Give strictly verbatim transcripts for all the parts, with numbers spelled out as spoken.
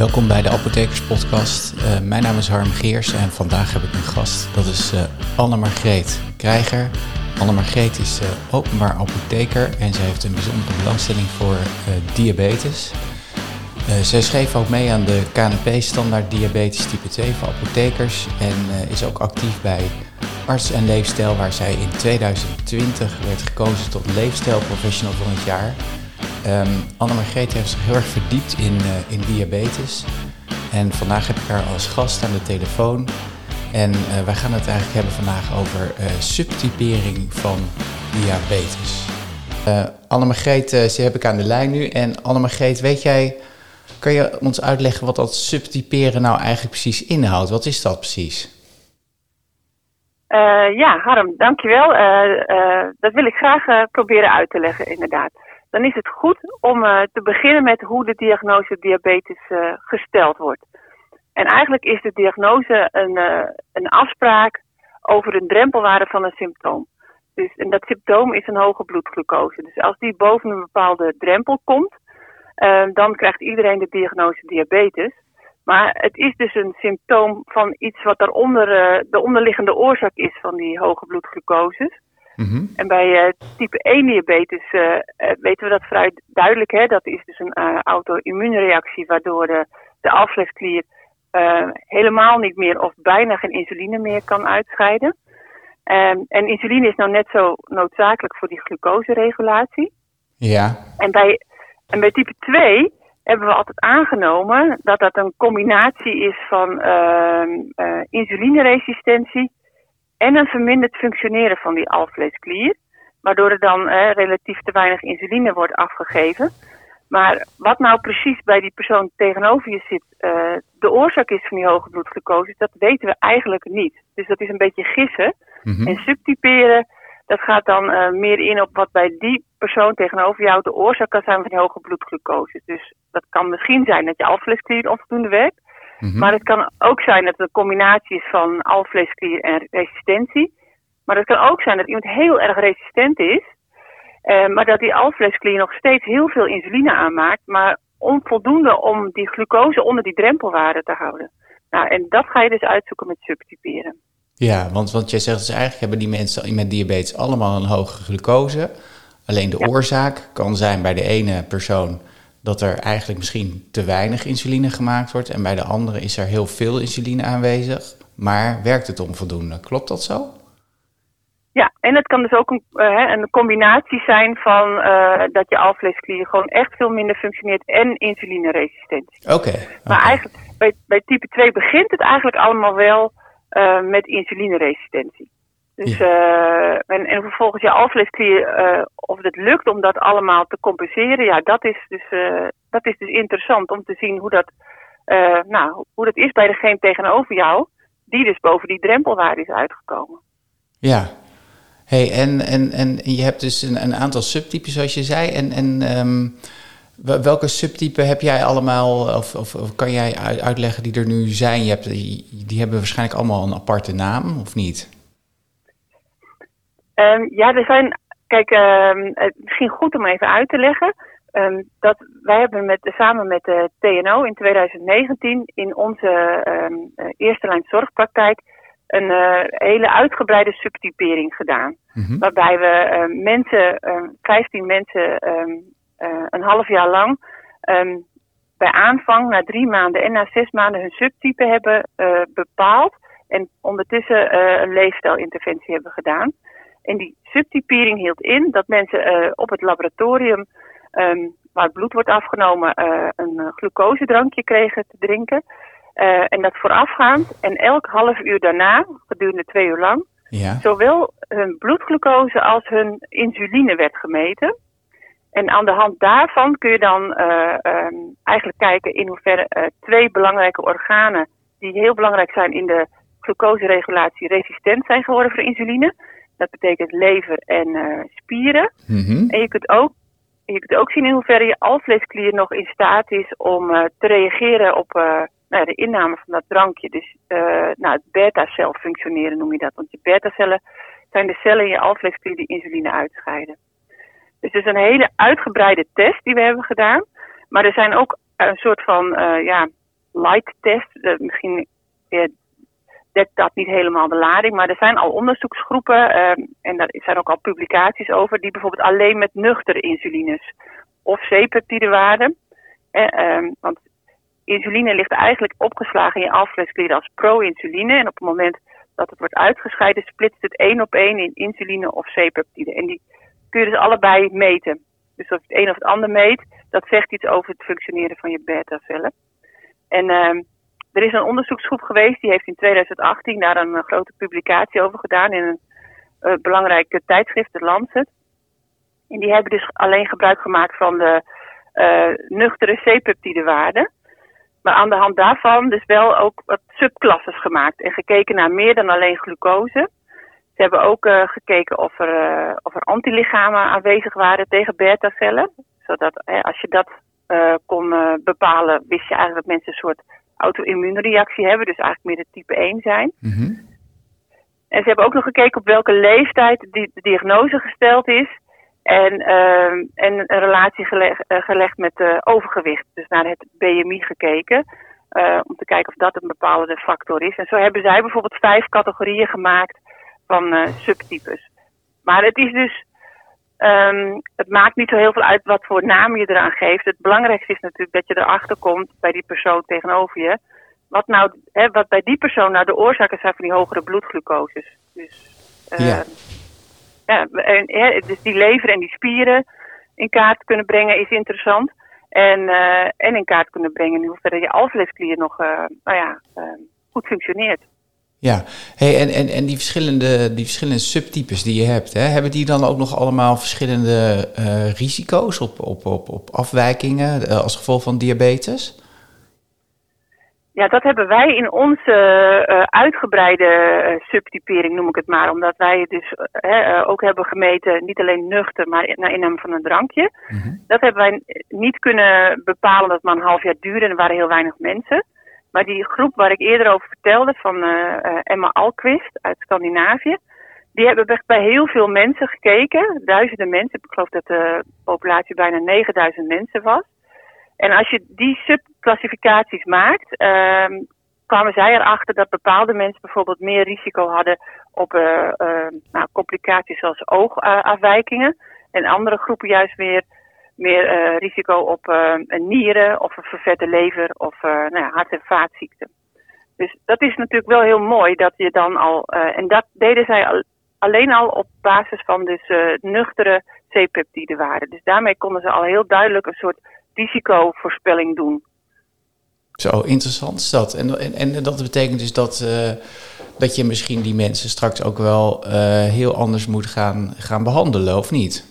Welkom bij de Apothekerspodcast. Uh, mijn naam is Harm Geers en vandaag heb ik een gast. Dat is uh, Anne-Margreet Krijger. Anne-Margreet is uh, openbaar apotheker en zij heeft een bijzondere belangstelling voor uh, diabetes. Uh, zij schreef ook mee aan de K N P-standaard diabetes type twee voor apothekers en uh, is ook actief bij Arts en Leefstijl, waar zij in tweeduizend twintig werd gekozen tot leefstijlprofessional van het jaar. Um, Anne-Margreet heeft zich heel erg verdiept in, uh, in diabetes. En vandaag heb ik haar als gast aan de telefoon. En uh, wij gaan het eigenlijk hebben vandaag over uh, subtypering van diabetes. Uh, Anne-Margreet, uh, die heb ik aan de lijn nu. En Anne-Margreet, weet jij, kan je ons uitleggen wat dat subtyperen nou eigenlijk precies inhoudt? Wat is dat precies? Uh, ja, Harm, dankjewel. Uh, uh, dat wil ik graag uh, proberen uit te leggen, inderdaad. Dan is het goed om uh, te beginnen met hoe de diagnose diabetes uh, gesteld wordt. En eigenlijk is de diagnose een, uh, een afspraak over een drempelwaarde van een symptoom. Dus, en dat symptoom is een hoge bloedglucose. Dus als die boven een bepaalde drempel komt, uh, dan krijgt iedereen de diagnose diabetes. Maar het is dus een symptoom van iets wat daaronder uh, de onderliggende oorzaak is van die hoge bloedglucoses. Mm-hmm. En bij uh, type één diabetes uh, uh, weten we dat vrij duidelijk. Hè? Dat is dus een uh, auto-immuunreactie waardoor de, de alvleesklier uh, helemaal niet meer of bijna geen insuline meer kan uitscheiden. Um, en insuline is nou net zo noodzakelijk voor die glucoseregulatie. Ja. En bij, en bij type twee hebben we altijd aangenomen dat dat een combinatie is van uh, uh, insulineresistentie en een verminderd functioneren van die alvleesklier, waardoor er dan eh, relatief te weinig insuline wordt afgegeven. Maar wat nou precies bij die persoon tegenover je zit uh, de oorzaak is van die hoge bloedglucose, dat weten we eigenlijk niet. Dus dat is een beetje gissen. Mm-hmm. En subtyperen, dat gaat dan uh, meer in op wat bij die persoon tegenover jou de oorzaak kan zijn van die hoge bloedglucose. Dus dat kan misschien zijn dat je alvleesklier onvoldoende werkt. Mm-hmm. Maar het kan ook zijn dat het een combinatie is van alvleesklier en resistentie. Maar het kan ook zijn dat iemand heel erg resistent is, eh, maar dat die alvleesklier nog steeds heel veel insuline aanmaakt, maar onvoldoende om die glucose onder die drempelwaarde te houden. Nou, en dat ga je dus uitzoeken met subtyperen. Ja, want, want jij zegt dus eigenlijk hebben die mensen met diabetes allemaal een hoge glucose. Alleen de ja. oorzaak kan zijn bij de ene persoon dat er eigenlijk misschien te weinig insuline gemaakt wordt en bij de andere is er heel veel insuline aanwezig, maar werkt het onvoldoende. Klopt dat zo? Ja, en het kan dus ook een, uh, een combinatie zijn van uh, dat je alvleesklier gewoon echt veel minder functioneert en insulineresistentie. Oké. Okay, maar okay. eigenlijk bij, bij type twee begint het eigenlijk allemaal wel uh, met insulineresistentie. Dus, ja. uh, en, en vervolgens je alvleesklier, uh, of het lukt om dat allemaal te compenseren, ja, dat is dus, uh, dat is dus interessant om te zien hoe dat, uh, nou, hoe dat is bij degene tegenover jou, die dus boven die drempelwaarde is uitgekomen. Ja, hey, en, en, en je hebt dus een, een aantal subtypes zoals je zei, en, en um, welke subtypen heb jij allemaal, of, of, of kan jij uitleggen die er nu zijn? Je hebt, die, die hebben waarschijnlijk allemaal een aparte naam, of niet? Um, ja, er zijn, kijk, um, het is misschien goed om even uit te leggen, um, dat wij hebben met, samen met de T N O in tweeduizend negentien in onze um, uh, eerste lijn zorgpraktijk een uh, hele uitgebreide subtypering gedaan. Mm-hmm. Waarbij we uh, mensen, um, vijftien mensen, um, uh, een half jaar lang um, bij aanvang, na drie maanden en na zes maanden hun subtype hebben uh, bepaald en ondertussen uh, een leefstijlinterventie hebben gedaan. En die subtypering hield in dat mensen uh, op het laboratorium, um, waar het bloed wordt afgenomen, uh, een glucosedrankje kregen te drinken. Uh, en dat voorafgaand en elk half uur daarna, gedurende twee uur lang, ja. zowel hun bloedglucose als hun insuline werd gemeten. En aan de hand daarvan kun je dan uh, um, eigenlijk kijken in hoeverre uh, twee belangrijke organen, die heel belangrijk zijn in de glucoseregulatie, resistent zijn geworden voor insuline. Dat betekent lever en uh, spieren. Mm-hmm. En je kunt, ook, je kunt ook zien in hoeverre je alvleesklier nog in staat is om uh, te reageren op uh, nou ja, de inname van dat drankje. Dus uh, nou, het beta-cel functioneren noem je dat. Want je beta-cellen zijn de cellen in je alvleesklier die insuline uitscheiden. Dus het is een hele uitgebreide test die we hebben gedaan. Maar er zijn ook een soort van uh, ja, light test. Uh, misschien uh, dekt dat niet helemaal de lading, maar er zijn al onderzoeksgroepen uh, en daar zijn ook al publicaties over die bijvoorbeeld alleen met nuchtere insulines of C-peptidewaarden. Uh, uh, want insuline ligt eigenlijk opgeslagen in je alvleesklieren als pro-insuline en op het moment dat het wordt uitgescheiden splitst het één op één in insuline of C-peptide. En die kun je dus allebei meten. Dus als je het een of het ander meet, dat zegt iets over het functioneren van je beta-cellen. En uh, er is een onderzoeksgroep geweest, die heeft in twintig achttien daar een uh, grote publicatie over gedaan in een uh, belangrijke tijdschrift, de Lancet. En die hebben dus alleen gebruik gemaakt van de uh, nuchtere C-peptidewaarden. Maar aan de hand daarvan dus wel ook wat subklasses gemaakt en gekeken naar meer dan alleen glucose. Ze hebben ook uh, gekeken of er, uh, of er antilichamen aanwezig waren tegen beta-cellen. Zodat hè, als je dat uh, kon uh, bepalen, wist je eigenlijk dat mensen een soort auto-immuunreactie hebben. Dus eigenlijk meer de type één zijn. Mm-hmm. En ze hebben ook nog gekeken op welke leeftijd die, de diagnose gesteld is. En, uh, en een relatie geleg, uh, gelegd met uh, overgewicht. Dus naar het B M I gekeken. Uh, om te kijken of dat een bepalende factor is. En zo hebben zij bijvoorbeeld vijf categorieën gemaakt van uh, subtypes. Maar het is dus, um, het maakt niet zo heel veel uit wat voor naam je eraan geeft. Het belangrijkste is natuurlijk dat je erachter komt bij die persoon tegenover je. Wat nou, hè, wat bij die persoon nou de oorzaken zijn van die hogere bloedglucoses. Dus, uh, ja. ja en, hè, dus die lever en die spieren in kaart kunnen brengen is interessant. En, uh, en in kaart kunnen brengen in hoeverre je alvleesklier nog uh, nou ja, uh, goed functioneert. Ja, hey, en, en, en die, verschillende, die verschillende subtypes die je hebt, hè, hebben die dan ook nog allemaal verschillende uh, risico's op, op, op, op afwijkingen uh, als gevolg van diabetes? Ja, dat hebben wij in onze uh, uitgebreide uh, subtypering, noem ik het maar. Omdat wij dus uh, ook hebben gemeten, niet alleen nuchter, maar naar inname van een drankje. Mm-hmm. Dat hebben wij niet kunnen bepalen, dat maar een half jaar duurde en er waren heel weinig mensen. Maar die groep waar ik eerder over vertelde, van uh, uh, Emma Alquist uit Scandinavië, die hebben echt bij heel veel mensen gekeken. Duizenden mensen, ik geloof dat de populatie bijna negenduizend mensen was. En als je die subclassificaties maakt, uh, kwamen zij erachter dat bepaalde mensen bijvoorbeeld meer risico hadden op uh, uh, nou, complicaties zoals oogafwijkingen. En andere groepen juist weer meer uh, risico op uh, een nieren of een vervette lever of uh, nou ja, hart- en vaatziekten. Dus dat is natuurlijk wel heel mooi dat je dan al, uh, en dat deden zij al, alleen al op basis van dus uh, nuchtere C-peptidewaarden. Dus daarmee konden ze al heel duidelijk een soort risicovoorspelling doen. Zo, interessant is dat. En, en, en dat betekent dus dat, uh, dat je misschien die mensen straks ook wel uh, heel anders moet gaan, gaan behandelen, of niet?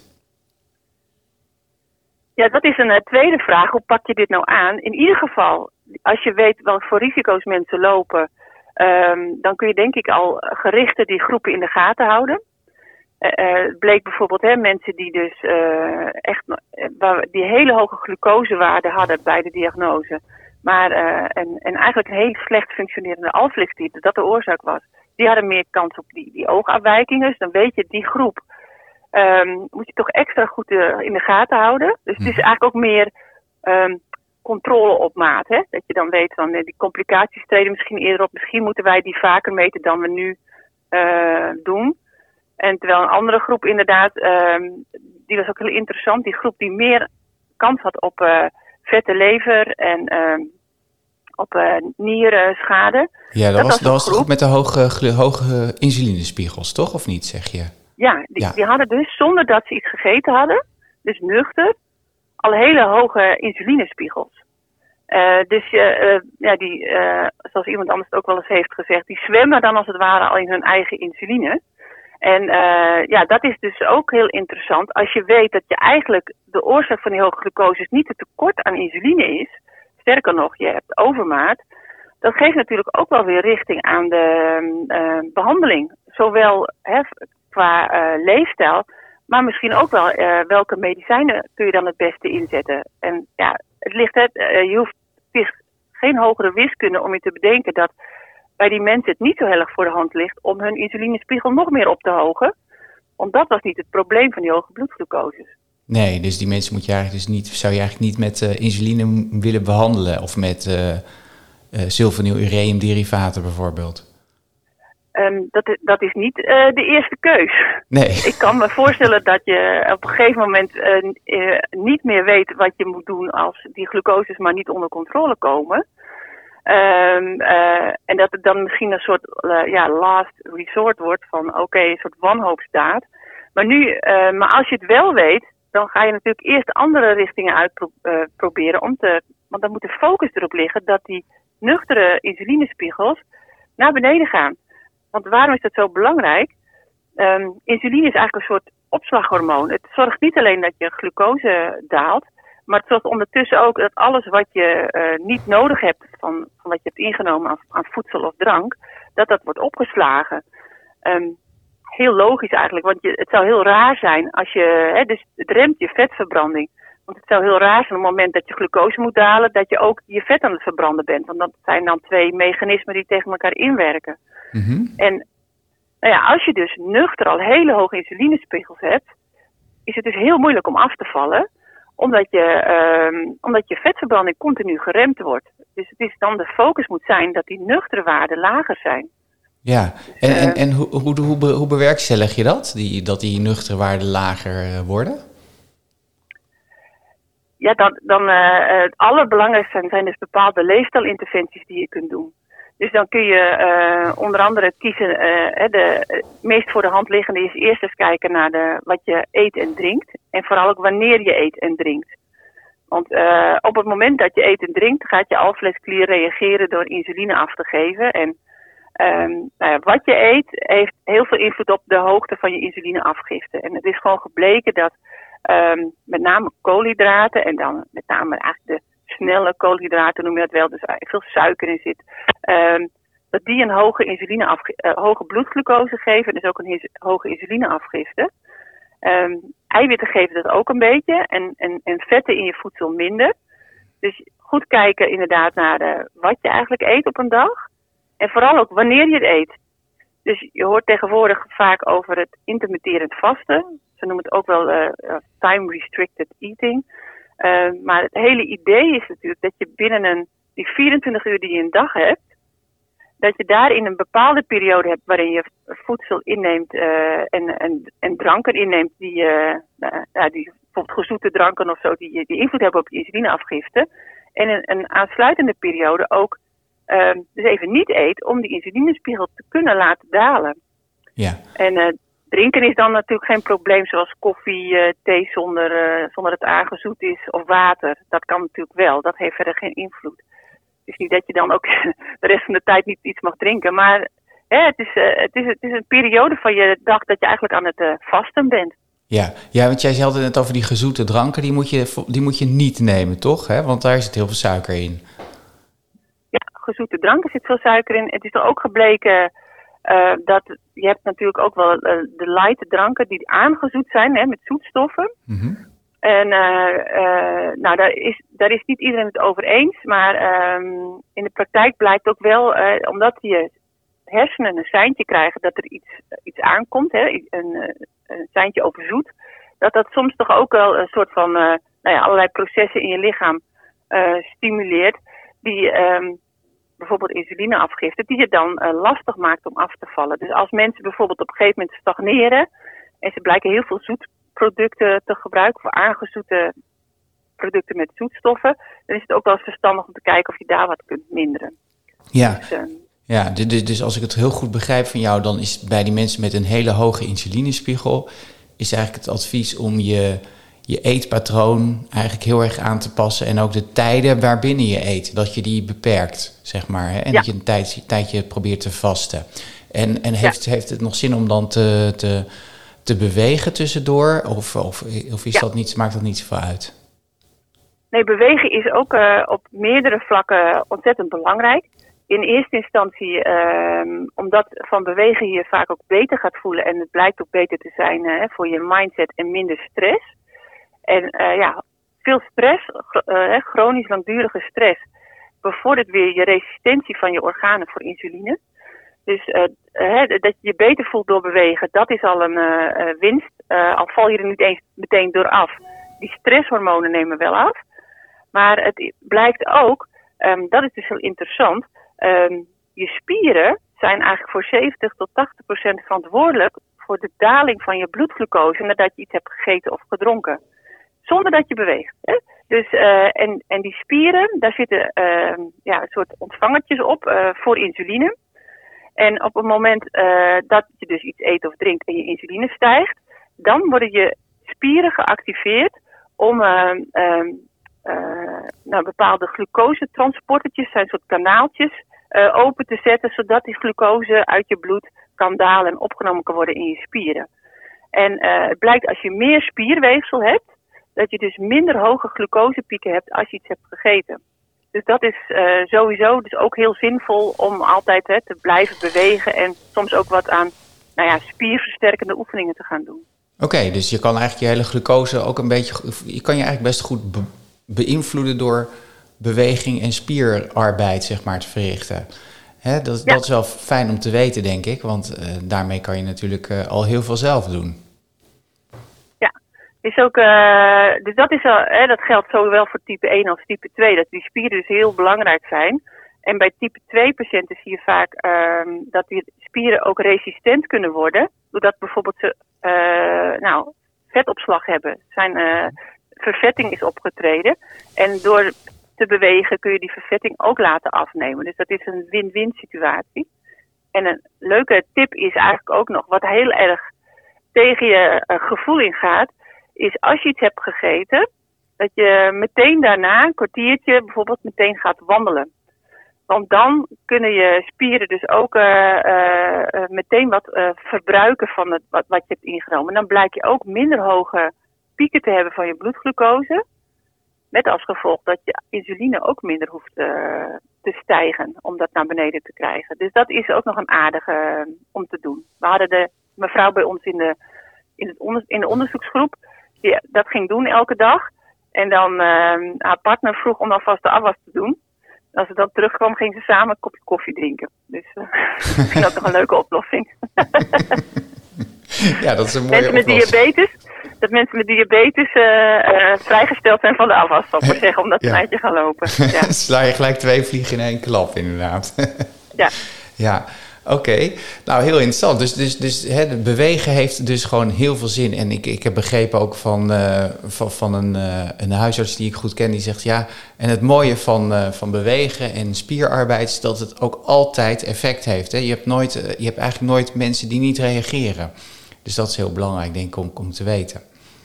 Ja, dat is een uh, tweede vraag. Hoe pak je dit nou aan? In ieder geval, als je weet welke voor risico's mensen lopen, um, dan kun je denk ik al gerichter die groepen in de gaten houden. Uh, uh, het bleek bijvoorbeeld hè, mensen die dus uh, echt uh, die hele hoge glucosewaarden hadden bij de diagnose, maar uh, en, en eigenlijk een heel slecht functionerende alvleesklier, dat dat de oorzaak was. Die hadden meer kans op die, die oogafwijkingen. Dus dan weet je, die groep um, moet je toch extra goed uh, in de gaten houden. Dus het is eigenlijk ook meer um, controle op maat. Hè? Dat je dan weet van uh, die complicaties treden misschien eerder op. Misschien moeten wij die vaker meten dan we nu uh, doen. En terwijl een andere groep inderdaad, um, die was ook heel interessant. Die groep die meer kans had op uh, vette lever en uh, op uh, nierenschade. Ja, dat, dat was, dat was de groep met de hoge, hoge insulinespiegels, toch? Of niet, zeg je? Ja die, ja, die hadden dus, zonder dat ze iets gegeten hadden, dus nuchter, al hele hoge insulinespiegels. Uh, dus uh, uh, ja, die, uh, zoals iemand anders het ook wel eens heeft gezegd, die zwemmen dan als het ware al in hun eigen insuline. En uh, ja, dat is dus ook heel interessant. Als je weet dat je eigenlijk de oorzaak van die hoge glucose niet het tekort aan insuline is. Sterker nog, je hebt overmaat. Dat geeft natuurlijk ook wel weer richting aan de uh, behandeling. Zowel hè, qua uh, leefstijl, maar misschien ook wel uh, welke medicijnen kun je dan het beste inzetten. En ja, het ligt het, uh, je hoeft, het is geen hogere wiskunde om je te bedenken dat bij die mensen het niet zo heel erg voor de hand ligt om hun insulinespiegel nog meer op te hogen. Want dat was niet het probleem van die hoge bloedglucoses. Nee, dus die mensen moet je eigenlijk dus niet, zou je eigenlijk niet met uh, insuline willen behandelen of met, uh, uh, sulfonylureum-derivaten bijvoorbeeld? Um, dat, dat is niet uh, de eerste keus. Nee. Ik kan me voorstellen dat je op een gegeven moment uh, uh, niet meer weet wat je moet doen als die glucoses maar niet onder controle komen. Um, uh, en dat het dan misschien een soort uh, ja, last resort wordt van oké, okay, een soort wanhoopsdaad. Maar nu, uh, maar als je het wel weet, dan ga je natuurlijk eerst andere richtingen uitproberen. Uh, om te, want dan moet de focus erop liggen dat die nuchtere insulinespiegels naar beneden gaan. Want waarom is dat zo belangrijk? Um, insuline is eigenlijk een soort opslaghormoon. Het zorgt niet alleen dat je glucose daalt, maar het zorgt ondertussen ook dat alles wat je uh, niet nodig hebt van, van wat je hebt ingenomen aan, aan voedsel of drank, dat dat wordt opgeslagen. Um, heel logisch eigenlijk, want je, het zou heel raar zijn als je, hè, dus het remt je vetverbranding. Want het zou heel raar zijn op het moment dat je glucose moet dalen, dat je ook je vet aan het verbranden bent. Want dat zijn dan twee mechanismen die tegen elkaar inwerken. Mm-hmm. En nou ja, als je dus nuchter al hele hoge insulinespiegels hebt, is het dus heel moeilijk om af te vallen, omdat je, um, omdat je vetverbranding continu geremd wordt. Dus het is dan de focus moet zijn dat die nuchtere waarden lager zijn. Ja, en, uh, en, en hoe, hoe, hoe, hoe bewerkstellig je dat, die, dat die nuchtere waarden lager uh, worden? Ja, dan, dan uh, het allerbelangrijkste zijn, zijn dus bepaalde leefstijlinterventies die je kunt doen. Dus dan kun je uh, onder andere kiezen, uh, de uh, meest voor de hand liggende is eerst eens kijken naar de, wat je eet en drinkt. En vooral ook wanneer je eet en drinkt. Want uh, op het moment dat je eet en drinkt, gaat je alvleesklier reageren door insuline af te geven. En um, nou ja, wat je eet heeft heel veel invloed op de hoogte van je insulineafgifte. En het is gewoon gebleken dat um, met name koolhydraten en dan met name eigenlijk de snelle koolhydraten noem je dat wel, dus veel suiker in zit, um, dat die een hoge, insulineafge- uh, hoge bloedglucose geven, dus ook een his- hoge insulineafgifte. Um, eiwitten geven dat ook een beetje en, en, en vetten in je voedsel minder. Dus goed kijken inderdaad naar uh, wat je eigenlijk eet op een dag en vooral ook wanneer je het eet. Dus je hoort tegenwoordig vaak over het intermitterend vasten. Ze noemen het ook wel uh, uh, time-restricted eating. Uh, maar het hele idee is natuurlijk dat je binnen een, die vierentwintig uur die je een dag hebt, dat je daarin een bepaalde periode hebt waarin je voedsel inneemt uh, en, en, en dranken inneemt die, uh, uh, die bijvoorbeeld gezoete dranken of zo, die, die invloed hebben op je insulineafgifte. En een, een aansluitende periode ook uh, dus even niet eet om die insulinespiegel te kunnen laten dalen. Ja. En uh, drinken is dan natuurlijk geen probleem, zoals koffie, uh, thee zonder, uh, zonder het aangezoet is, of water. Dat kan natuurlijk wel, dat heeft verder geen invloed. Het is niet dat je dan ook de rest van de tijd niet iets mag drinken, maar hè, het, is, uh, het, is, het is een periode van je dag dat je eigenlijk aan het uh, vasten bent. Ja. ja, want jij had het net over die gezoete dranken, die moet je, die moet je niet nemen, toch? Hè? Want daar zit heel veel suiker in. Ja, gezoete dranken zit veel suiker in. Het is er ook gebleken Uh, dat je hebt natuurlijk ook wel uh, de light dranken die aangezoet zijn, hè, met zoetstoffen. Mm-hmm. En uh, uh, nou, daar is, daar is niet iedereen het over eens, maar um, in de praktijk blijkt ook wel, uh, omdat je hersenen een seintje krijgen dat er iets, iets aankomt, hè, een, een seintje over zoet, dat dat soms toch ook wel een soort van uh, nou ja, allerlei processen in je lichaam uh, stimuleert die um, bijvoorbeeld insulineafgifte, die je dan uh, lastig maakt om af te vallen. Dus als mensen bijvoorbeeld op een gegeven moment stagneren en ze blijken heel veel zoetproducten te gebruiken, of aangezoete producten met zoetstoffen, dan is het ook wel eens verstandig om te kijken of je daar wat kunt minderen. Ja, dus, uh, ja dus, dus als ik het heel goed begrijp van jou, dan is bij die mensen met een hele hoge insulinespiegel, is eigenlijk het advies om je je eetpatroon eigenlijk heel erg aan te passen en ook de tijden waarbinnen je eet, dat je die beperkt, zeg maar. Hè? En ja. dat je een tijd, tijdje probeert te vasten. En, en heeft, ja. heeft het nog zin om dan te, te, te bewegen tussendoor? Of, of, of is ja. dat niet, maakt dat niet zoveel uit? Nee, bewegen is ook uh, op meerdere vlakken ontzettend belangrijk. In eerste instantie, um, omdat van bewegen je vaak ook beter gaat voelen en het blijkt ook beter te zijn uh, voor je mindset en minder stress. En uh, ja, veel stress, uh, chronisch langdurige stress, bevordert weer je resistentie van je organen voor insuline. Dus uh, uh, dat je je beter voelt door bewegen, dat is al een uh, uh, winst. Uh, al val je er niet eens meteen door af. Die stresshormonen nemen wel af. Maar het blijkt ook um, dat is dus heel interessant. Um, je spieren zijn eigenlijk voor zeventig tot tachtig procent verantwoordelijk voor de daling van je bloedglucose nadat je iets hebt gegeten of gedronken. Zonder dat je beweegt. Hè? Dus, uh, en, en die spieren, daar zitten uh, ja, een soort ontvangertjes op uh, voor insuline. En op het moment uh, dat je dus iets eet of drinkt en je insuline stijgt, dan worden je spieren geactiveerd om uh, uh, uh, nou, bepaalde glucosetransportertjes, zijn soort kanaaltjes, uh, open te zetten, zodat die glucose uit je bloed kan dalen en opgenomen kan worden in je spieren. En uh, het blijkt als je meer spierweefsel hebt, dat je dus minder hoge glucosepieken hebt als je iets hebt gegeten. Dus dat is uh, sowieso dus ook heel zinvol om altijd hè, te blijven bewegen en soms ook wat aan nou ja, spierversterkende oefeningen te gaan doen. Oké, okay, dus je kan eigenlijk je hele glucose ook een beetje, je kan je eigenlijk best goed be- beïnvloeden door beweging en spierarbeid, zeg maar, te verrichten. Hè, dat, ja. dat is wel fijn om te weten, denk ik, want uh, daarmee kan je natuurlijk uh, al heel veel zelf doen. Is ook, uh, dus dat, is al, hè, dat geldt zowel voor type één als type twee, dat die spieren dus heel belangrijk zijn. En bij type twee patiënten zie je vaak uh, dat die spieren ook resistent kunnen worden, doordat bijvoorbeeld ze uh, nou, vetopslag hebben, zijn uh, vervetting is opgetreden. En door te bewegen kun je die vervetting ook laten afnemen. Dus dat is een win-win situatie. En een leuke tip is eigenlijk ook nog, wat heel erg tegen je uh, gevoel ingaat, is als je iets hebt gegeten, dat je meteen daarna, een kwartiertje, bijvoorbeeld meteen gaat wandelen. Want dan kunnen je spieren dus ook uh, uh, meteen wat uh, verbruiken van het, wat, wat je hebt ingenomen. En dan blijkt je ook minder hoge pieken te hebben van je bloedglucose. Met als gevolg dat je insuline ook minder hoeft uh, te stijgen om dat naar beneden te krijgen. Dus dat is ook nog een aardige uh, om te doen. We hadden de mevrouw bij ons in de, in het onder, in de onderzoeksgroep. Die dat ging doen elke dag. En dan uh, haar partner vroeg om alvast de afwas te doen. Als ze dan terugkwam, ging ze samen een kopje koffie drinken. Dus uh, ik vind dat toch een leuke oplossing. Ja, dat is een mooie mensen met oplossing. Diabetes, dat mensen met diabetes uh, uh, vrijgesteld zijn van de afwas, zal ik maar zeggen, omdat ze ja. een eindje gaan lopen. Ja. Sla je gelijk twee vliegen in één klap, inderdaad. Ja. Ja. Oké, okay. Nou heel interessant. Dus, dus, dus hè, bewegen heeft dus gewoon heel veel zin. En ik, ik heb begrepen ook van, uh, van, van een, uh, een huisarts die ik goed ken, die zegt ja, en het mooie van, uh, van bewegen en spierarbeid is dat het ook altijd effect heeft. Hè? Je hebt nooit, uh, je hebt eigenlijk nooit mensen die niet reageren. Dus dat is heel belangrijk, denk ik, om, om te weten.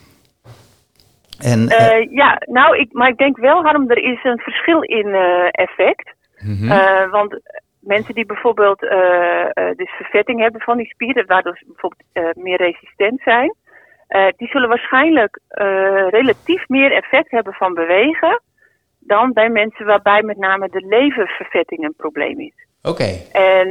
En, uh, uh, ja, nou, ik, maar ik denk wel, Harm, er is een verschil in uh, effect. Mm-hmm. Uh, want mensen die bijvoorbeeld uh, uh, dus vervetting hebben van die spieren, waardoor ze bijvoorbeeld uh, meer resistent zijn, uh, die zullen waarschijnlijk uh, relatief meer effect hebben van bewegen dan bij mensen waarbij met name de leververvetting een probleem is. Oké. Okay. En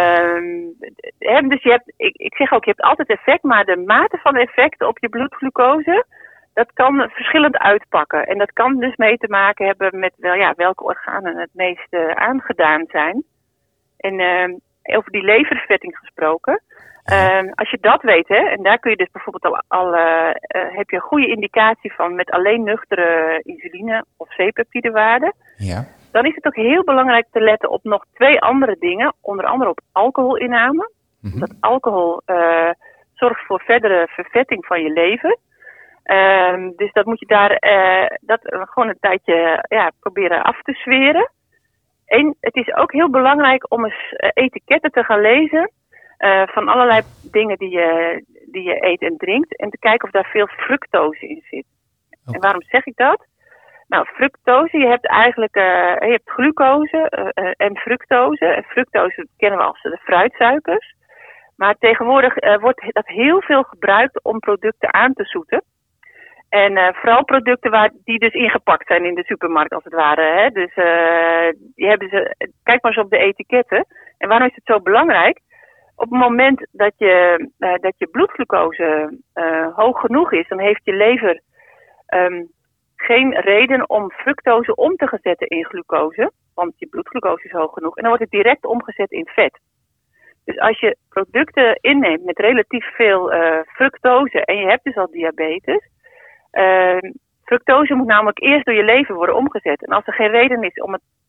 uh, dus je hebt, ik, ik zeg ook, je hebt altijd effect, maar de mate van effect op je bloedglucose, dat kan verschillend uitpakken. En dat kan dus mee te maken hebben met wel, ja, welke organen het meest uh, aangedaan zijn. En uh, over die leververvetting gesproken. Uh, als je dat weet, hè, en daar kun je dus bijvoorbeeld al, al uh, uh, heb je een goede indicatie van met alleen nuchtere insuline of C-peptidewaarden. Ja. Dan is het ook heel belangrijk te letten op nog twee andere dingen. Onder andere op alcoholinname. Mm-hmm. Dat alcohol uh, zorgt voor verdere vervetting van je lever. Uh, dus dat moet je daar uh, dat, uh, gewoon een tijdje ja, proberen af te zweren. En het is ook heel belangrijk om eens uh, etiketten te gaan lezen uh, van allerlei dingen die je, die je eet en drinkt. En te kijken of daar veel fructose in zit. Oh. En waarom zeg ik dat? Nou, fructose, je hebt eigenlijk uh, je hebt glucose uh, uh, en fructose. En fructose kennen we als de fruitsuikers. Maar tegenwoordig uh, wordt dat heel veel gebruikt om producten aan te zoeten. En uh, vooral producten waar die dus ingepakt zijn in de supermarkt als het ware. Hè? Dus uh, die hebben ze, kijk maar eens op de etiketten. En waarom is het zo belangrijk? Op het moment dat je, uh, dat je bloedglucose uh, hoog genoeg is, dan heeft je lever um, geen reden om fructose om te zetten in glucose. Want je bloedglucose is hoog genoeg. En dan wordt het direct omgezet in vet. Dus als je producten inneemt met relatief veel uh, fructose en je hebt dus al diabetes. Uh, fructose moet namelijk eerst door je lever worden omgezet. En als er geen reden is om het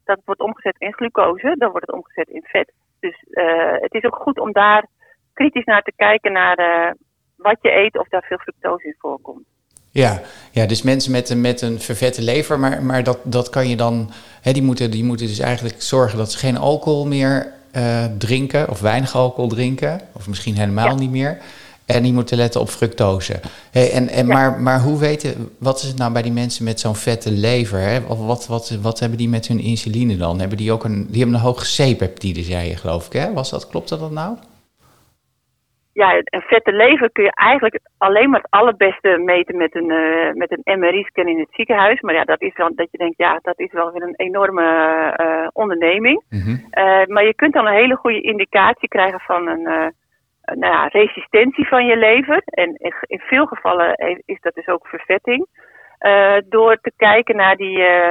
dat wordt omgezet in glucose, dan wordt het omgezet in vet. Dus uh, het is ook goed om daar kritisch naar te kijken naar uh, wat je eet of daar veel fructose in voorkomt. Ja, ja, dus mensen met een, met een vervette lever, maar, maar dat, dat kan je dan, hè, die, moeten, die moeten dus eigenlijk zorgen dat ze geen alcohol meer uh, drinken of weinig alcohol drinken, of misschien helemaal ja. niet meer. En die moeten letten op fructose. Hey, en, en, ja. maar, maar hoe weten, wat is het nou bij die mensen met zo'n vette lever? Hè? Of wat, wat, wat hebben die met hun insuline dan? Hebben die ook een, die hebben een hoge C-peptide, zei je geloof ik, hè? Was dat, klopt dat nou? Ja, een vette lever kun je eigenlijk alleen maar het allerbeste meten met een, uh, met een M R I-scan in het ziekenhuis. Maar ja, dat is wel dat je denkt, ja, dat is wel weer een enorme uh, onderneming. Mm-hmm. Uh, maar je kunt dan een hele goede indicatie krijgen van een, uh, een nou ja, resistentie van je lever. En in, in veel gevallen is dat dus ook vervetting. Uh, door te kijken naar die, uh,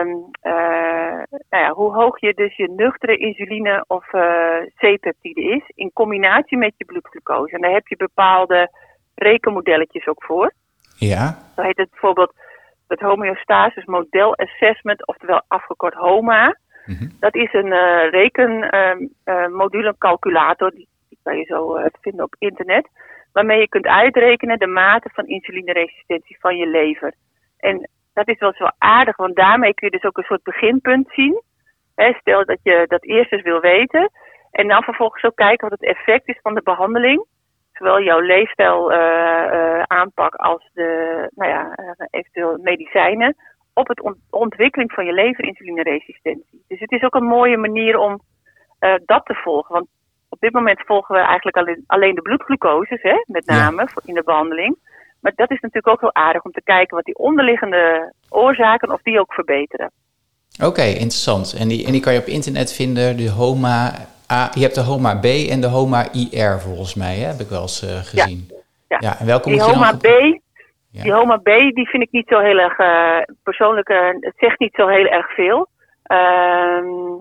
uh, nou ja, hoe hoog je dus je nuchtere insuline of uh, C-peptide is in combinatie met je bloedglucose. En daar heb je bepaalde rekenmodelletjes ook voor. Ja. Zo heet het bijvoorbeeld het homeostasis model assessment, oftewel afgekort HOMA. Mm-hmm. Dat is een uh, rekenmodule, uh, uh, een calculator, die, die kan je zo uh, vinden op internet, waarmee je kunt uitrekenen de mate van insulineresistentie van je lever. En dat is wel zo aardig, want daarmee kun je dus ook een soort beginpunt zien. He, stel dat je dat eerst eens wil weten. En dan vervolgens ook kijken wat het effect is van de behandeling. Zowel jouw leefstijl uh, uh, aanpak als de nou ja, uh, eventueel medicijnen. Op het ont- ontwikkeling van je leverinsulineresistentie. Dus het is ook een mooie manier om uh, dat te volgen. Want op dit moment volgen we eigenlijk alleen, alleen de bloedglucoses, hè, met name ja. in de behandeling. Maar dat is natuurlijk ook heel aardig om te kijken wat die onderliggende oorzaken, of die ook verbeteren. Oké, okay, interessant. En die, en die kan je op internet vinden, de HOMA, A, je hebt de HOMA B en de HOMA I R volgens mij, hè? Heb ik wel eens uh, gezien. Ja, ja. ja en welke die moet je HOMA dan... B, ja. Die HOMA B, die vind ik niet zo heel erg, uh, persoonlijk, uh, het zegt niet zo heel erg veel. Uh,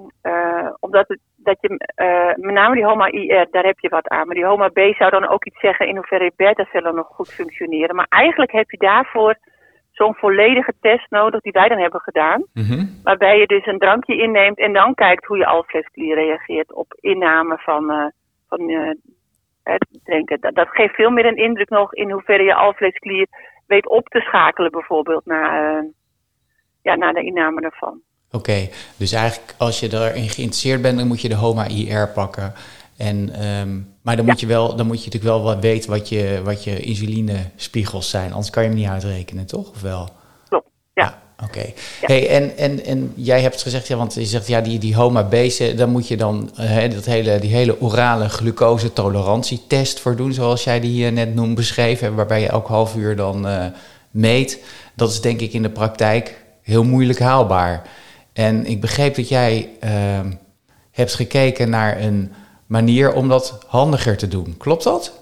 uh, omdat het, dat je, uh, met name die HOMA I R, daar heb je wat aan. Maar die HOMA B zou dan ook iets zeggen in hoeverre beta-cellen nog goed functioneren. Maar eigenlijk heb je daarvoor zo'n volledige test nodig die wij dan hebben gedaan. Mm-hmm. Waarbij je dus een drankje inneemt en dan kijkt hoe je alvleesklier reageert op inname van, uh, van uh, het drinken. Dat, dat geeft veel meer een indruk nog in hoeverre je alvleesklier weet op te schakelen bijvoorbeeld na, uh, ja, na de inname ervan. Oké, okay, dus eigenlijk als je erin geïnteresseerd bent, dan moet je de HOMA I R pakken. En, um, maar dan, ja. moet je wel, dan moet je natuurlijk wel wat weten wat je, wat je insulinespiegels zijn. Anders kan je hem niet uitrekenen, toch? Of wel? Klopt, ja. ja Oké. Okay. Ja. Hey, en, en, en jij hebt gezegd, ja, want je zegt ja, die, die HOMA B, dan moet je dan uh, dat hele, die hele orale glucose-tolerantietest voor doen, zoals jij die uh, net noemde, beschreven, waarbij je elk half uur dan uh, meet. Dat is denk ik in de praktijk heel moeilijk haalbaar. En ik begreep dat jij uh, hebt gekeken naar een manier om dat handiger te doen. Klopt dat?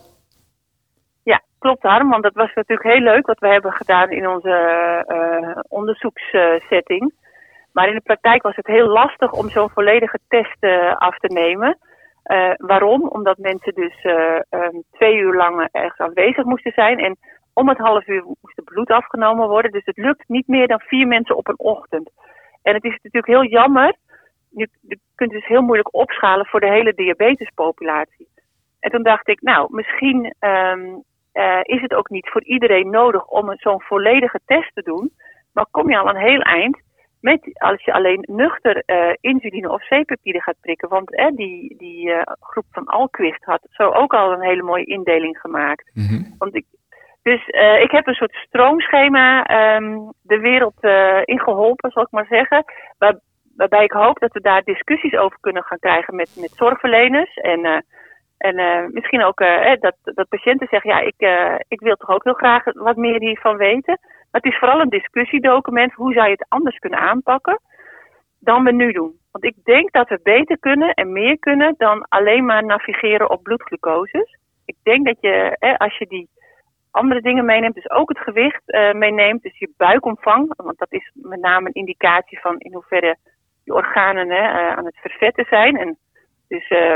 Ja, klopt Harm, want dat was natuurlijk heel leuk wat we hebben gedaan in onze uh, onderzoekssetting. Maar in de praktijk was het heel lastig om zo'n volledige test uh, af te nemen. Uh, waarom? Omdat mensen dus uh, um, twee uur lang ergens aanwezig moesten zijn en om het half uur moest er bloed afgenomen worden. Dus het lukt niet meer dan vier mensen op een ochtend. En het is natuurlijk heel jammer. Je, je kunt dus heel moeilijk opschalen voor de hele diabetespopulatie. En toen dacht ik, nou, misschien um, uh, is het ook niet voor iedereen nodig om zo'n volledige test te doen. Maar kom je al een heel eind met als je alleen nuchter uh, insuline of C-peptide gaat prikken. Want uh, die, die uh, groep van Alquist had zo ook al een hele mooie indeling gemaakt. Mm-hmm. Want ik, dus uh, ik heb een soort stroomschema um, de wereld uh, ingeholpen, zal ik maar zeggen. Waar, waarbij ik hoop dat we daar discussies over kunnen gaan krijgen met, met zorgverleners. En, uh, en uh, misschien ook uh, dat, dat patiënten zeggen, ja, ik, uh, ik wil toch ook heel graag wat meer hiervan weten. Maar het is vooral een discussiedocument. Hoe zou je het anders kunnen aanpakken dan we nu doen? Want ik denk dat we beter kunnen en meer kunnen dan alleen maar navigeren op bloedglucoses. Ik denk dat je, hè, als je die andere dingen meeneemt, dus ook het gewicht uh, meeneemt, dus je buikomvang, want dat is met name een indicatie van in hoeverre je organen hè, uh, aan het vervetten zijn. En dus uh,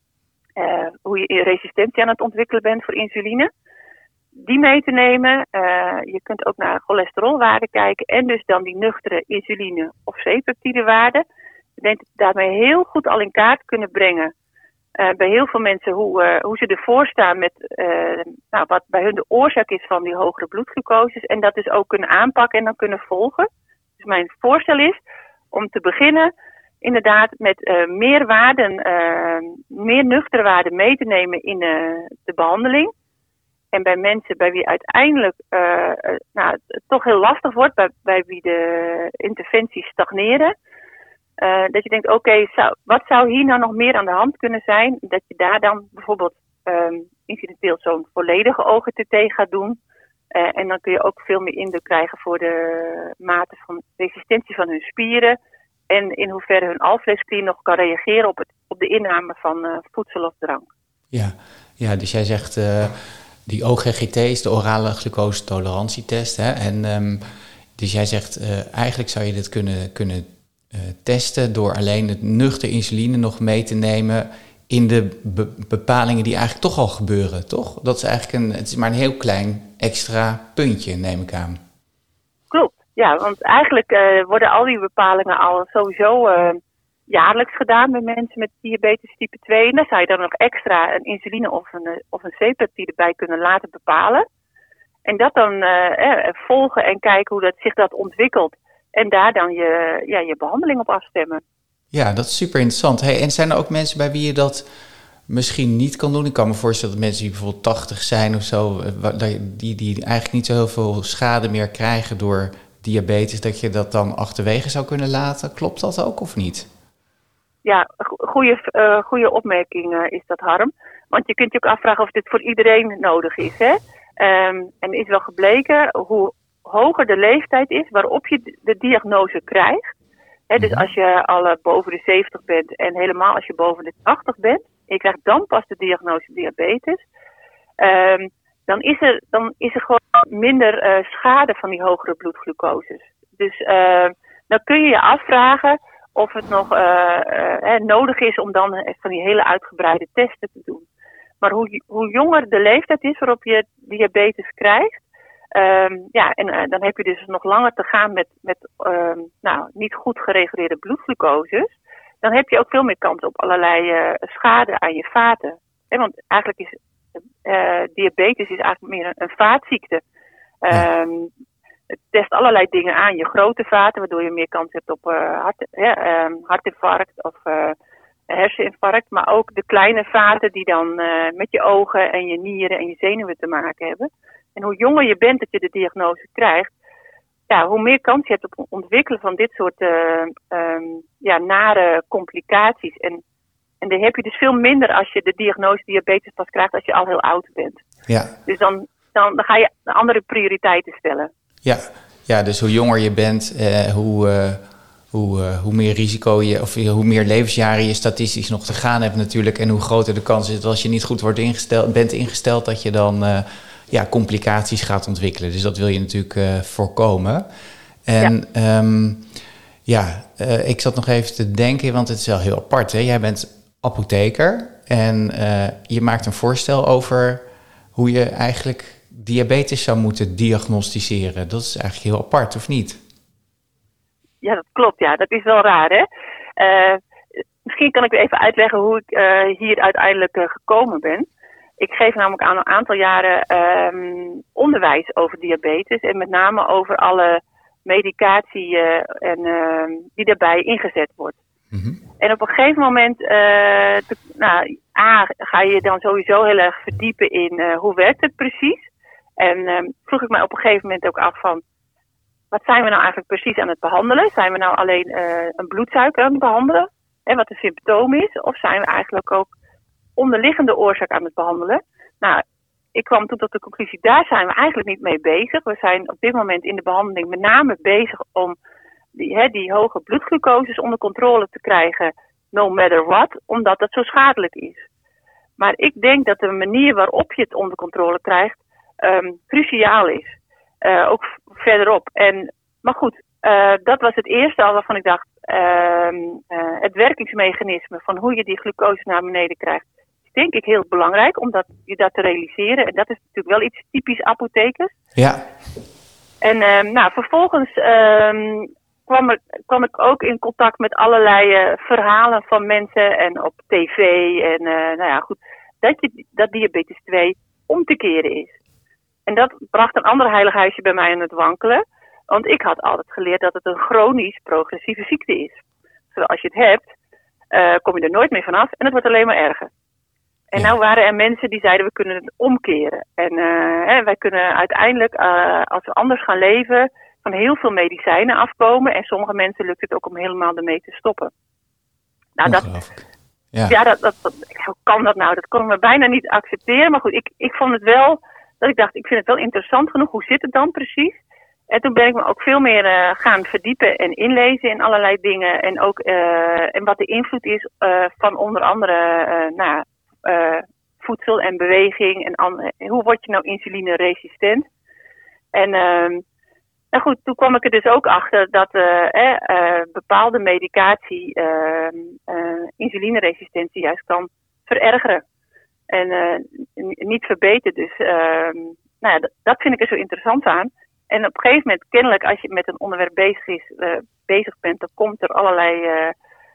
uh, hoe je resistentie aan het ontwikkelen bent voor insuline. Die mee te nemen. Uh, je kunt ook naar cholesterolwaarden kijken en dus dan die nuchtere insuline of C-peptidewaarden. Ik denk dat we daarmee heel goed al in kaart kunnen brengen uh, bij heel veel mensen hoe, uh, hoe ze ervoor staan met uh, nou, wat bij hun de oorzaak is van die hogere bloedglucoses. En dat dus ook kunnen aanpakken en dan kunnen volgen. Dus mijn voorstel is om te beginnen inderdaad met uh, meer waarden, uh, meer nuchtere waarden mee te nemen in uh, de behandeling. En bij mensen bij wie uiteindelijk uh, uh, nou, het toch heel lastig wordt, bij, bij wie de interventies stagneren. Uh, dat je denkt, oké, okay, zou, wat zou hier nou nog meer aan de hand kunnen zijn? Dat je daar dan bijvoorbeeld um, incidenteel zo'n volledige O G T T gaat doen. Uh, en dan kun je ook veel meer indruk krijgen voor de mate van resistentie van hun spieren. En in hoeverre hun alvleesklier nog kan reageren op, het, op de inname van uh, voedsel of drank. Ja, ja, dus jij zegt uh, die O G G T is de orale glucose-tolerantietest. Hè? En um, dus jij zegt uh, eigenlijk zou je dit kunnen, kunnen uh, testen door alleen het nuchter insuline nog mee te nemen in de be- bepalingen die eigenlijk toch al gebeuren, toch? Dat is eigenlijk een, het is maar een heel klein extra puntje, neem ik aan. Klopt, ja, want eigenlijk uh, worden al die bepalingen al sowieso uh, jaarlijks gedaan bij mensen met diabetes type twee. En daar zou je dan nog extra een insuline of een, of een C-peptide bij kunnen laten bepalen. En dat dan uh, eh, volgen en kijken hoe dat zich dat ontwikkelt. En daar dan je, ja, je behandeling op afstemmen. Ja, dat is super interessant. Hey, en zijn er ook mensen bij wie je dat misschien niet kan doen? Ik kan me voorstellen dat mensen die bijvoorbeeld tachtig zijn of zo, die, die eigenlijk niet zo heel veel schade meer krijgen door diabetes, dat je dat dan achterwege zou kunnen laten. Klopt dat ook of niet? Ja, goede uh, goede opmerking uh, is dat, Harm. Want je kunt je ook afvragen of dit voor iedereen nodig is. Hè? Um, en er is wel gebleken hoe hoger de leeftijd is waarop je de diagnose krijgt. He, dus als je al uh, boven de zeventig bent en helemaal als je boven de tachtig bent, en je krijgt dan pas de diagnose diabetes, um, dan, is er, dan is er gewoon minder uh, schade van die hogere bloedglucoses. Dus uh, dan kun je je afvragen of het nog uh, uh, nodig is om dan van die hele uitgebreide testen te doen. Maar hoe, hoe jonger de leeftijd is waarop je diabetes krijgt, Um, ja, en uh, dan heb je dus nog langer te gaan met, met um, nou, niet goed gereguleerde bloedglucoses. Dan heb je ook veel meer kans op allerlei uh, schade aan je vaten. He, want eigenlijk is uh, diabetes is eigenlijk meer een, een vaatziekte. Um, het test allerlei dingen aan. Je grote vaten, waardoor je meer kans hebt op uh, hart, ja, um, hartinfarct of uh, herseninfarct. Maar ook de kleine vaten die dan uh, met je ogen en je nieren en je zenuwen te maken hebben. En hoe jonger je bent dat je de diagnose krijgt, ja, hoe meer kans je hebt op het ontwikkelen van dit soort uh, um, ja, nare complicaties. En, en dan heb je dus veel minder als je de diagnose diabetes pas krijgt als je al heel oud bent. Ja. Dus dan, dan, dan ga je andere prioriteiten stellen. Ja, ja, dus hoe jonger je bent, eh, hoe, uh, hoe, uh, hoe meer risico je, of hoe meer levensjaren je statistisch nog te gaan hebt natuurlijk. En hoe groter de kans is dat als je niet goed wordt ingesteld, bent ingesteld, dat je dan Uh, ja, complicaties gaat ontwikkelen. Dus dat wil je natuurlijk uh, voorkomen. En ja, um, ja uh, ik zat nog even te denken, want het is wel heel apart. Hè? Jij bent apotheker en uh, je maakt een voorstel over hoe je eigenlijk diabetes zou moeten diagnosticeren. Dat is eigenlijk heel apart, of niet? Ja, dat klopt. Ja, dat is wel raar, hè? Uh, misschien kan ik even uitleggen hoe ik uh, hier uiteindelijk uh, gekomen ben. Ik geef namelijk al een aantal jaren um, onderwijs over diabetes en met name over alle medicatie uh, en, uh, die daarbij ingezet wordt. Mm-hmm. En op een gegeven moment uh, te, nou, A, ga je dan sowieso heel erg verdiepen in uh, hoe werkt het precies. En um, vroeg ik mij op een gegeven moment ook af van, wat zijn we nou eigenlijk precies aan het behandelen? Zijn we nou alleen uh, een bloedsuiker aan het behandelen, hè, wat een symptoom is? Of zijn we eigenlijk ook onderliggende oorzaak aan het behandelen? Nou, ik kwam toen tot de conclusie, daar zijn we eigenlijk niet mee bezig. We zijn op dit moment in de behandeling met name bezig om die, hè, die hoge bloedglucoses onder controle te krijgen, no matter what, omdat dat zo schadelijk is. Maar ik denk dat de manier waarop je het onder controle krijgt, um, cruciaal is. Uh, ook verderop. En, maar goed, uh, dat was het eerste al waarvan ik dacht, uh, uh, het werkingsmechanisme van hoe je die glucose naar beneden krijgt, is denk ik heel belangrijk om dat, je dat te realiseren. En dat is natuurlijk wel iets typisch apothekers. Ja. En uh, nou, vervolgens uh, kwam, er, kwam ik ook in contact met allerlei uh, verhalen van mensen en op tv. En uh, nou ja, goed, dat, je, dat diabetes twee om te keren is. En dat bracht een ander heilig huisje bij mij aan het wankelen. Want ik had altijd geleerd dat het een chronisch progressieve ziekte is. Zodat als je het hebt, uh, kom je er nooit meer vanaf en het wordt alleen maar erger. En ja. Nou waren er mensen die zeiden, we kunnen het omkeren. En uh, hè, wij kunnen uiteindelijk, uh, als we anders gaan leven, van heel veel medicijnen afkomen. En sommige mensen lukt het ook om helemaal ermee te stoppen. Nou, dat, ja, ja dat, dat, dat, hoe kan dat nou? Dat kon we bijna niet accepteren. Maar goed, ik, ik vond het wel, dat ik dacht, ik vind het wel interessant genoeg. Hoe zit het dan precies? En toen ben ik me ook veel meer uh, gaan verdiepen en inlezen in allerlei dingen. En ook uh, en wat de invloed is uh, van onder andere uh, nou, uh, voedsel en beweging. En an- hoe word je nou insulineresistent? En uh, nou goed, toen kwam ik er dus ook achter dat uh, eh, uh, bepaalde medicatie uh, uh, insulineresistentie juist kan verergeren. En uh, n- niet verbeteren. Dus uh, nou ja, d- dat vind ik er zo interessant aan. En op een gegeven moment, kennelijk, als je met een onderwerp bezig, is, uh, bezig bent, dan komt er allerlei uh,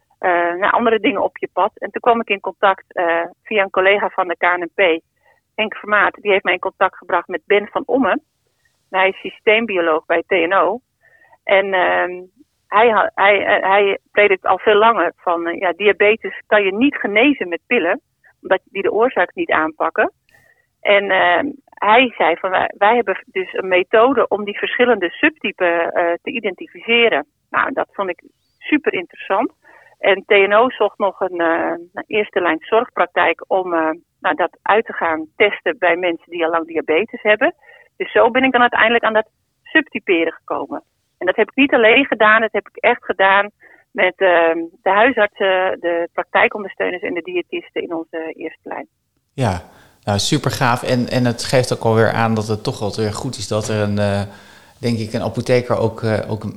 uh, nou, andere dingen op je pad. En toen kwam ik in contact uh, via een collega van de K N P, Henk Vermaat. Die heeft mij in contact gebracht met Ben van Ommen. Hij is systeembioloog bij T N O. En uh, hij, hij, hij predikt al veel langer van, uh, ja, diabetes kan je niet genezen met pillen, omdat die de oorzaak niet aanpakken. En uh, hij zei van wij, wij hebben dus een methode om die verschillende subtypen uh, te identificeren. Nou, dat vond ik super interessant. En T N O zocht nog een, uh, een eerste lijn zorgpraktijk om uh, nou, dat uit te gaan testen bij mensen die al lang diabetes hebben. Dus zo ben ik dan uiteindelijk aan dat subtyperen gekomen. En dat heb ik niet alleen gedaan, dat heb ik echt gedaan met uh, de huisartsen, de praktijkondersteuners en de diëtisten in onze eerste lijn. Ja. Nou, super gaaf. En, en het geeft ook alweer aan dat het toch wel weer goed is dat er een, uh, denk ik, een apotheker ook, uh, ook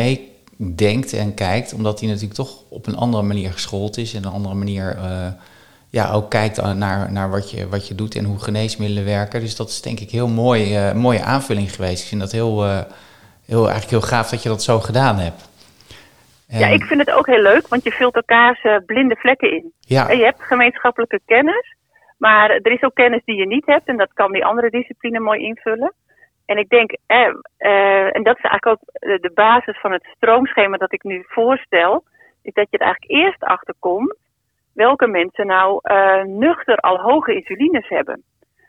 meedenkt en kijkt. Omdat hij natuurlijk toch op een andere manier geschoold is. En een andere manier uh, ja, ook kijkt naar, naar wat, je, wat je doet en hoe geneesmiddelen werken. Dus dat is denk ik heel mooi, uh, mooie aanvulling geweest. Ik vind dat heel, uh, heel, eigenlijk heel gaaf dat je dat zo gedaan hebt. En ja, ik vind het ook heel leuk, want je vult elkaars uh, blinde vlekken in. Ja. En je hebt gemeenschappelijke kennis. Maar er is ook kennis die je niet hebt en dat kan die andere discipline mooi invullen. En ik denk, eh, eh, en dat is eigenlijk ook de basis van het stroomschema dat ik nu voorstel, is dat je er eigenlijk eerst achter komt welke mensen nou uh, nuchter al hoge insulines hebben.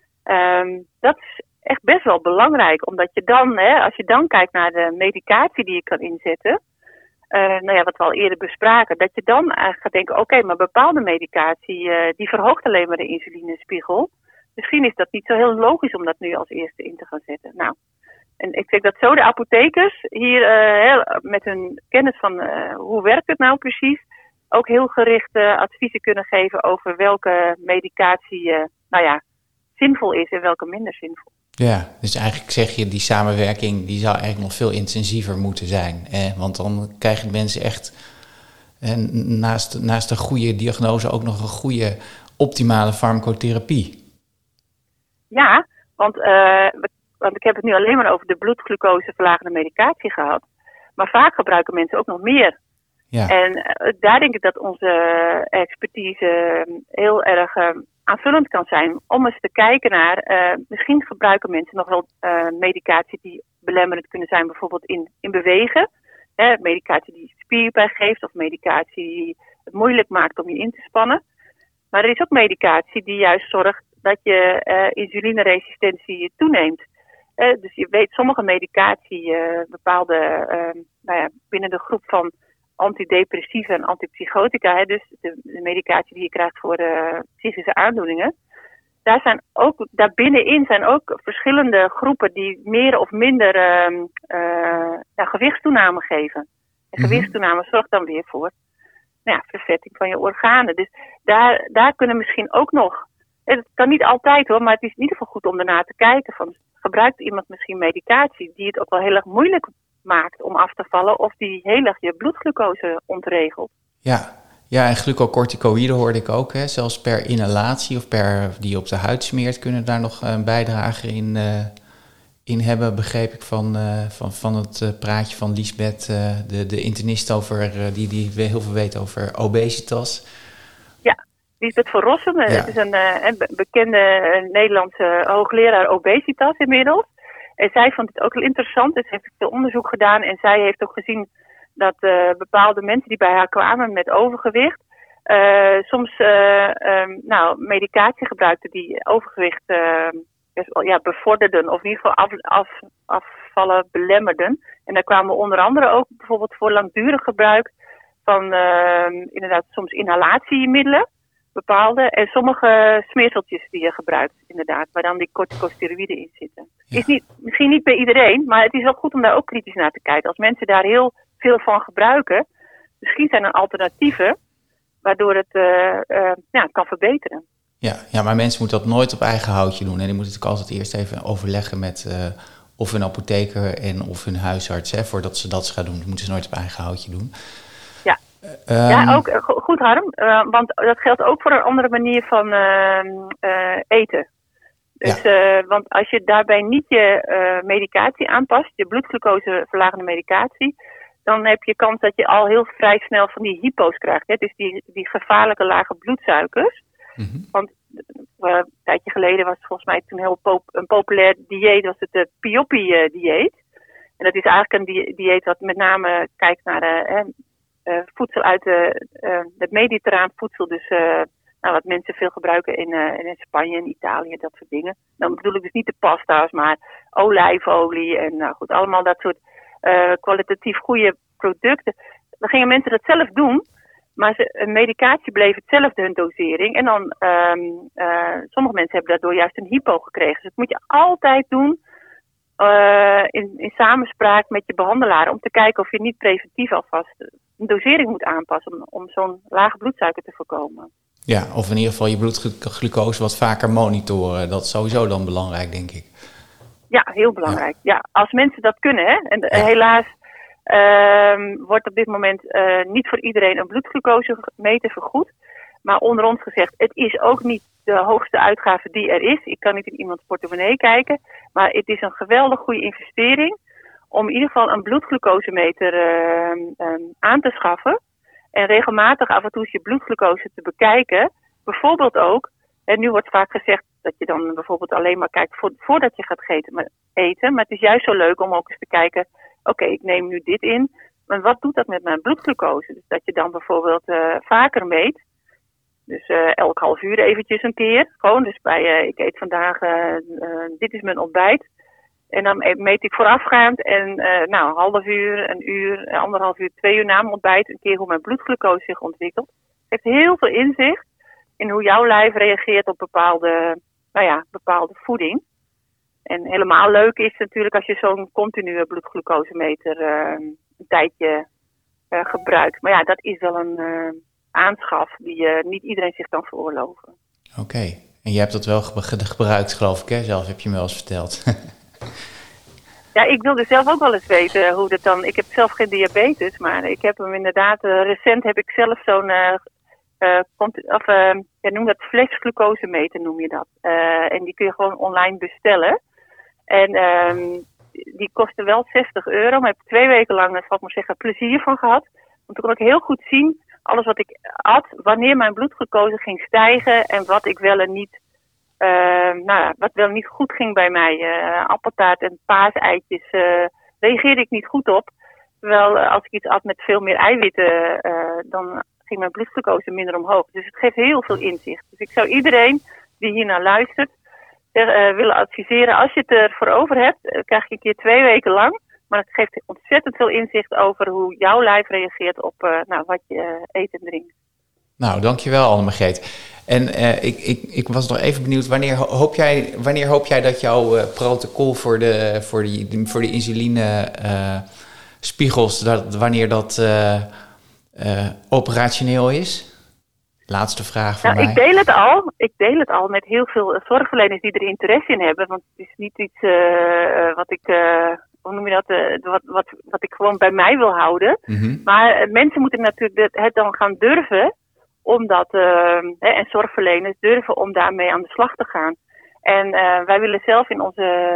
Um, dat is echt best wel belangrijk, omdat je dan, hè, als je dan kijkt naar de medicatie die je kan inzetten, Uh, nou ja, wat we al eerder bespraken, dat je dan eigenlijk gaat denken, oké, okay, maar bepaalde medicatie, uh, die verhoogt alleen maar de insulinespiegel. Misschien is dat niet zo heel logisch om dat nu als eerste in te gaan zetten. Nou, en ik denk dat zo de apothekers hier uh, met hun kennis van uh, hoe werkt het nou precies, ook heel gericht uh, adviezen kunnen geven over welke medicatie, uh, nou ja, zinvol is en welke minder zinvol. Ja, dus eigenlijk zeg je, die samenwerking die zou eigenlijk nog veel intensiever moeten zijn. Eh, want dan krijgen mensen echt eh, naast, naast een goede diagnose ook nog een goede optimale farmacotherapie. Ja, want, uh, want ik heb het nu alleen maar over de bloedglucoseverlagende medicatie gehad. Maar vaak gebruiken mensen ook nog meer. Ja. En uh, daar denk ik dat onze expertise uh, heel erg Uh, aanvullend kan zijn om eens te kijken naar, uh, misschien gebruiken mensen nog wel uh, medicatie die belemmerend kunnen zijn, bijvoorbeeld in, in bewegen. Hè, medicatie die spierpijn geeft of medicatie die het moeilijk maakt om je in te spannen. Maar er is ook medicatie die juist zorgt dat je uh, insulineresistentie toeneemt. Uh, dus je weet, sommige medicatie, uh, bepaalde, uh, nou ja, binnen de groep van antidepressiva en antipsychotica, hè, dus de, de medicatie die je krijgt voor uh, psychische aandoeningen. Daar zijn ook, daar binnenin zijn ook verschillende groepen die meer of minder uh, uh, ja, gewichtstoename geven. En mm-hmm. gewichtstoename zorgt dan weer voor nou ja, vervetting van je organen. Dus daar, daar kunnen misschien ook nog, het kan niet altijd hoor, maar het is in ieder geval goed om ernaar te kijken van, gebruikt iemand misschien medicatie die het ook wel heel erg moeilijk maakt om af te vallen of die heel erg je bloedglucose ontregelt. Ja, ja, en glucocorticoïden hoorde ik ook, hè, zelfs per inhalatie of per die je op de huid smeert, kunnen daar nog een bijdrage in, uh, in hebben, begreep ik van, uh, van, van het uh, praatje van Liesbeth, uh, de, de internist over, uh, die, die heel veel weet over obesitas. Ja, Liesbeth van Rossum, ja. Het is een uh, bekende uh, Nederlandse hoogleraar obesitas inmiddels. En zij vond het ook heel interessant, dus heeft veel onderzoek gedaan en zij heeft ook gezien dat uh, bepaalde mensen die bij haar kwamen met overgewicht, uh, soms uh, um, nou, medicatie gebruikten die overgewicht uh, ja, bevorderden of in ieder geval af, af, afvallen belemmerden. En daar kwamen onder andere ook bijvoorbeeld voor langdurig gebruik van uh, inderdaad soms inhalatiemiddelen, bepaalde, en sommige smeerseltjes die je gebruikt inderdaad, waar dan die corticosteroïden in zitten. Ja. Is niet, misschien niet bij iedereen, maar het is wel goed om daar ook kritisch naar te kijken. Als mensen daar heel veel van gebruiken, misschien zijn er alternatieven waardoor het uh, uh, ja, kan verbeteren. Ja, ja, maar mensen moeten dat nooit op eigen houtje doen. Hè. Die moeten natuurlijk altijd eerst even overleggen met uh, of hun apotheker en of hun huisarts, hè, voordat ze dat gaan doen. Dat moeten ze nooit op eigen houtje doen. Ja, um, ja ook uh, goed Harm, uh, want dat geldt ook voor een andere manier van uh, uh, eten. Dus, ja. uh, want als je daarbij niet je uh, medicatie aanpast, je bloedglucoseverlagende medicatie, dan heb je kans dat je al heel vrij snel van die hypo's krijgt. Hè? Dus die, die gevaarlijke lage bloedsuikers. Mm-hmm. Want uh, een tijdje geleden was het volgens mij toen heel pop, een populair dieet, was het de Pioppi-dieet. En dat is eigenlijk een di- dieet wat met name kijkt naar uh, uh, voedsel uit de, uh, het mediterraan voedsel. Dus uh, nou, wat mensen veel gebruiken in, uh, in Spanje en Italië, dat soort dingen. Dan bedoel ik dus niet de pasta's, maar olijfolie en nou goed, allemaal dat soort uh, kwalitatief goede producten. Dan gingen mensen dat zelf doen. Maar ze, een medicatie bleef hetzelfde, hun dosering. En dan, um, uh, sommige mensen hebben daardoor juist een hypo gekregen. Dus dat moet je altijd doen uh, in, in samenspraak met je behandelaar. Om te kijken of je niet preventief alvast een dosering moet aanpassen. Om, om zo'n lage bloedsuiker te voorkomen. Ja, of in ieder geval je bloedglucose wat vaker monitoren. Dat is sowieso dan belangrijk, denk ik. Ja, heel belangrijk. Ja, ja als mensen dat kunnen, hè. En ja. helaas Uh, wordt op dit moment uh, niet voor iedereen een bloedglucosemeter vergoed. Maar onder ons gezegd, het is ook niet de hoogste uitgave die er is. Ik kan niet in iemands portemonnee kijken. Maar het is een geweldig goede investering om in ieder geval een bloedglucosemeter uh, um, aan te schaffen. En regelmatig af en toe je bloedglucose te bekijken. Bijvoorbeeld ook, en nu wordt vaak gezegd dat je dan bijvoorbeeld alleen maar kijkt vo- voordat je gaat eten maar, eten. Maar het is juist zo leuk om ook eens te kijken, oké, okay, ik neem nu dit in, maar wat doet dat met mijn bloedglucose? Dus dat je dan bijvoorbeeld uh, vaker meet. Dus uh, elk half uur eventjes een keer. Gewoon, dus bij, uh, ik eet vandaag, uh, uh, dit is mijn ontbijt. En dan meet ik voorafgaand en uh, nou, een half uur, een uur, anderhalf uur, twee uur na mijn ontbijt een keer hoe mijn bloedglucose zich ontwikkelt. Het heeft heel veel inzicht in hoe jouw lijf reageert op bepaalde, nou ja, bepaalde voeding. En helemaal leuk is natuurlijk als je zo'n continue bloedglucosemeter uh, een tijdje uh, gebruikt. Maar ja, dat is wel een uh, aanschaf die uh, niet iedereen zich kan veroorloven. Oké, okay. En je hebt dat wel ge- gebruikt, geloof ik, hè? Zelf heb je me wel eens verteld. Ja, ik wilde zelf ook wel eens weten hoe dat dan... Ik heb zelf geen diabetes, maar ik heb hem inderdaad... Uh, recent heb ik zelf zo'n... Uh, uh, cont- of uh, ja, noem dat flexglucosemeter, noem je dat. Uh, en die kun je gewoon online bestellen. En um, die kostte wel zestig euro, maar ik heb twee weken lang, dat zal ik maar zeggen, plezier van gehad. Want toen kon ik heel goed zien, alles wat ik at, wanneer mijn bloedglucose ging stijgen en wat ik wel en niet, uh, nou ja, wat wel niet goed ging bij mij. Uh, appeltaart en paaseitjes uh, reageerde ik niet goed op. Terwijl uh, als ik iets at met veel meer eiwitten, uh, dan ging mijn bloedglucose minder omhoog. Dus het geeft heel veel inzicht. Dus ik zou iedereen die hier naar luistert, Uh, willen adviseren. Als je het ervoor over hebt, uh, krijg je een keer twee weken lang. Maar het geeft ontzettend veel inzicht over hoe jouw lijf reageert op uh, nou, wat je uh, eet en drinkt. Nou, dankjewel Anne-Margreet. En uh, ik, ik, ik was nog even benieuwd, wanneer hoop jij, wanneer hoop jij dat jouw uh, protocol voor de, voor die, voor de insuline uh, spiegels, dat, wanneer dat uh, uh, operationeel is? Laatste vraag van nou, mij. Ik deel het al. Ik deel het al met heel veel zorgverleners die er interesse in hebben. Want het is niet iets uh, wat ik, uh, hoe noem je dat, uh, wat, wat, wat ik gewoon bij mij wil houden. Mm-hmm. Maar uh, mensen moeten natuurlijk het dan gaan durven, omdat, uh, hè, en zorgverleners durven om daarmee aan de slag te gaan. En uh, wij willen zelf in onze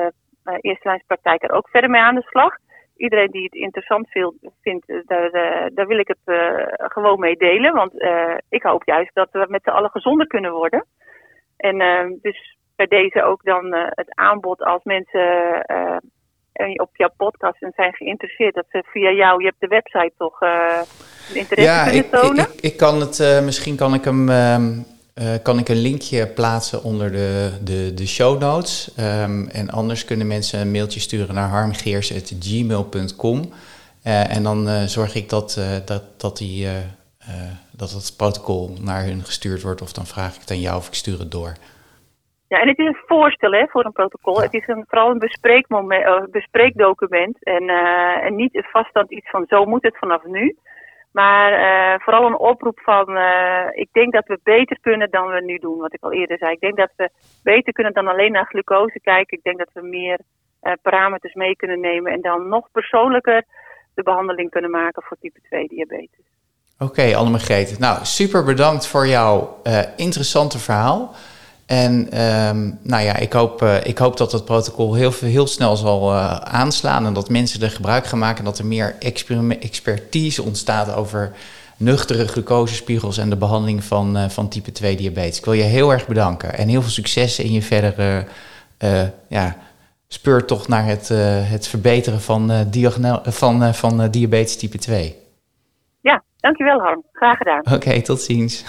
uh, eerste lijnspraktijk er ook verder mee aan de slag. Iedereen die het interessant vindt, daar, uh, daar wil ik het uh, gewoon mee delen. Want uh, ik hoop juist dat we met z'n allen gezonder kunnen worden. En uh, dus bij deze ook dan uh, het aanbod als mensen uh, op jouw podcast en zijn geïnteresseerd. Dat ze via jou, je hebt de website toch, uh, interesse ja, kunnen ik, tonen? ik, ik kan het, uh, misschien kan ik hem... Uh, Uh, kan ik een linkje plaatsen onder de, de, de show notes. Um, en anders kunnen mensen een mailtje sturen naar harmgeers at gmail punt com. Uh, en dan uh, zorg ik dat, uh, dat, dat, die, uh, uh, dat het protocol naar hun gestuurd wordt. Of dan vraag ik het aan jou of ik stuur het door. Ja, en het is een voorstel hè, voor een protocol. Ja. Het is een, vooral een bespreekmoment, uh, bespreekdocument. En, uh, en niet vaststand iets van zo moet het vanaf nu. Maar uh, vooral een oproep van, uh, ik denk dat we beter kunnen dan we nu doen, wat ik al eerder zei. Ik denk dat we beter kunnen dan alleen naar glucose kijken. Ik denk dat we meer uh, parameters mee kunnen nemen en dan nog persoonlijker de behandeling kunnen maken voor type twee diabetes. Oké, okay, Annemargreet. Nou, super bedankt voor jouw uh, interessante verhaal. En um, nou ja, ik hoop, uh, ik hoop dat het protocol heel, heel snel zal uh, aanslaan en dat mensen er gebruik gaan maken en dat er meer exper- expertise ontstaat over nuchtere glucosespiegels en de behandeling van, uh, van type twee diabetes. Ik wil je heel erg bedanken en heel veel succes in je verdere uh, ja, speurtocht naar het, uh, het verbeteren van, uh, diagno- van, uh, van uh, diabetes type twee. Ja, dankjewel Harm. Graag gedaan. Oké, okay, tot ziens.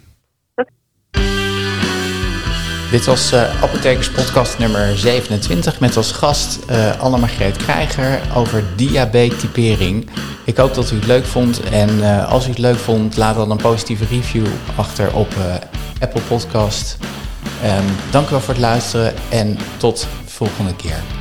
Dit was uh, Apothekers podcast nummer zevenentwintig met als gast uh, Annemargreet Krijger over diabetetypering. Ik hoop dat u het leuk vond en uh, als u het leuk vond, laat dan een positieve review achter op uh, Apple Podcast. Um, dank u wel voor het luisteren en tot de volgende keer.